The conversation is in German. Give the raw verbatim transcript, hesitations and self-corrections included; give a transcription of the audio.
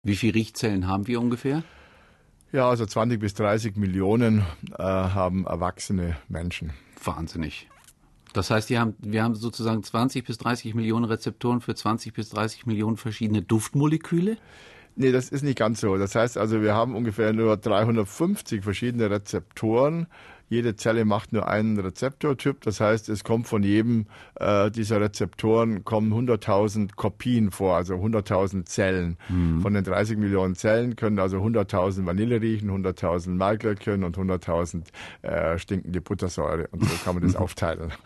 Wie viele Riechzellen haben wir ungefähr? Ja, also zwanzig bis dreißig Millionen äh, haben erwachsene Menschen. Wahnsinnig. Das heißt, wir haben, wir haben sozusagen zwanzig bis dreißig Millionen Rezeptoren für zwanzig bis dreißig Millionen verschiedene Duftmoleküle? Nee, das ist nicht ganz so. Das heißt also, wir haben ungefähr nur dreihundertfünfzig verschiedene Rezeptoren. Jede Zelle macht nur einen Rezeptortyp. Das heißt, es kommt von jedem äh, dieser Rezeptoren kommen hunderttausend Kopien vor, also hunderttausend Zellen. Mhm. Von den dreißig Millionen Zellen können also hunderttausend Vanille riechen, hunderttausend Maiglöckchen und hunderttausend äh, stinkende Buttersäure. Und so kann man das aufteilen.